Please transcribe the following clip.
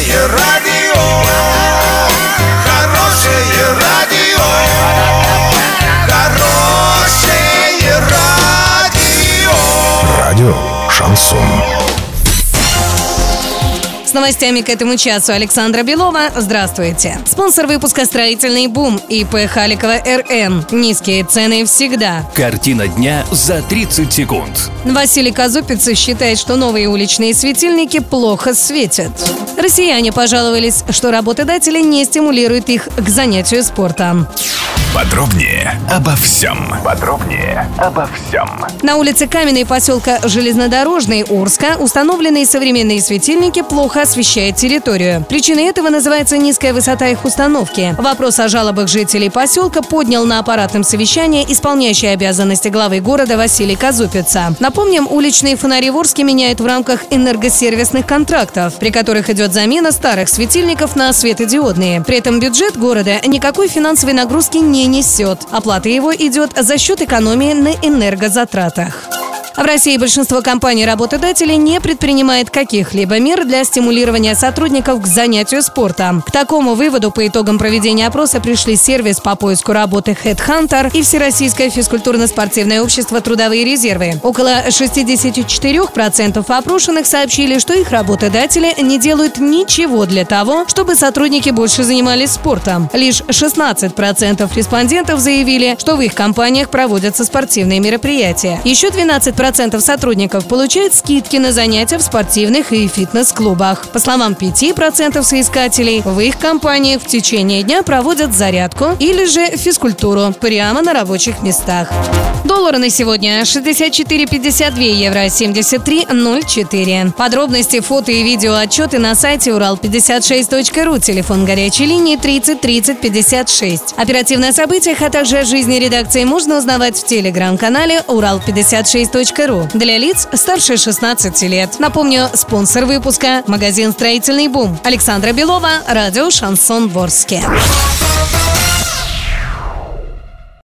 Хорошее радио, хорошее радио, хорошее радио. Радио «Шансон». С новостями к этому часу Александра Белова. Здравствуйте. Спонсор выпуска «Строительный бум» ИП Халикова РН. Низкие цены всегда. Картина дня за 30 секунд. Василий Казупица считает, что новые уличные светильники плохо светят. Россияне пожаловались, что работодатели не стимулируют их к занятию спортом. Подробнее обо всем. На улице Каменной поселка Железнодорожный Орска установленные современные светильники плохо освещают территорию. Причиной этого называется низкая высота их установки. Вопрос о жалобах жителей поселка поднял на аппаратном совещании исполняющий обязанности главы города Василий Казупица. Напомним, уличные фонари в Орске меняют в рамках энергосервисных контрактов, при которых идет замена старых светильников на светодиодные. При этом бюджет города никакой финансовой нагрузки не несет. Оплата его идет за счет экономии на энергозатратах. В России большинство компаний-работодателей не предпринимает каких-либо мер для стимулирования сотрудников к занятию спортом. К такому выводу по итогам проведения опроса пришли сервис по поиску работы HeadHunter и Всероссийское физкультурно-спортивное общество «Трудовые резервы». Около 64% опрошенных сообщили, что их работодатели не делают ничего для того, чтобы сотрудники больше занимались спортом. Лишь 16% респондентов заявили, что в их компаниях проводятся спортивные мероприятия. Еще 12% сотрудников получают скидки на занятия в спортивных и фитнес-клубах. По словам 5% соискателей, в их компаниях в течение дня проводят зарядку или же физкультуру прямо на рабочих местах. Доллары на сегодня 64,52, евро 73,04. Подробности, фото и видео отчеты на сайте урал56.ру, телефон горячей линии 30 30 56. Оперативно о событиях, а также о жизни редакции можно узнавать в телеграм-канале урал56.ру для лиц старше 16 лет. Напомню, спонсор выпуска – магазин «Строительный бум». Александра Белова, радио «Шансон» в Орске.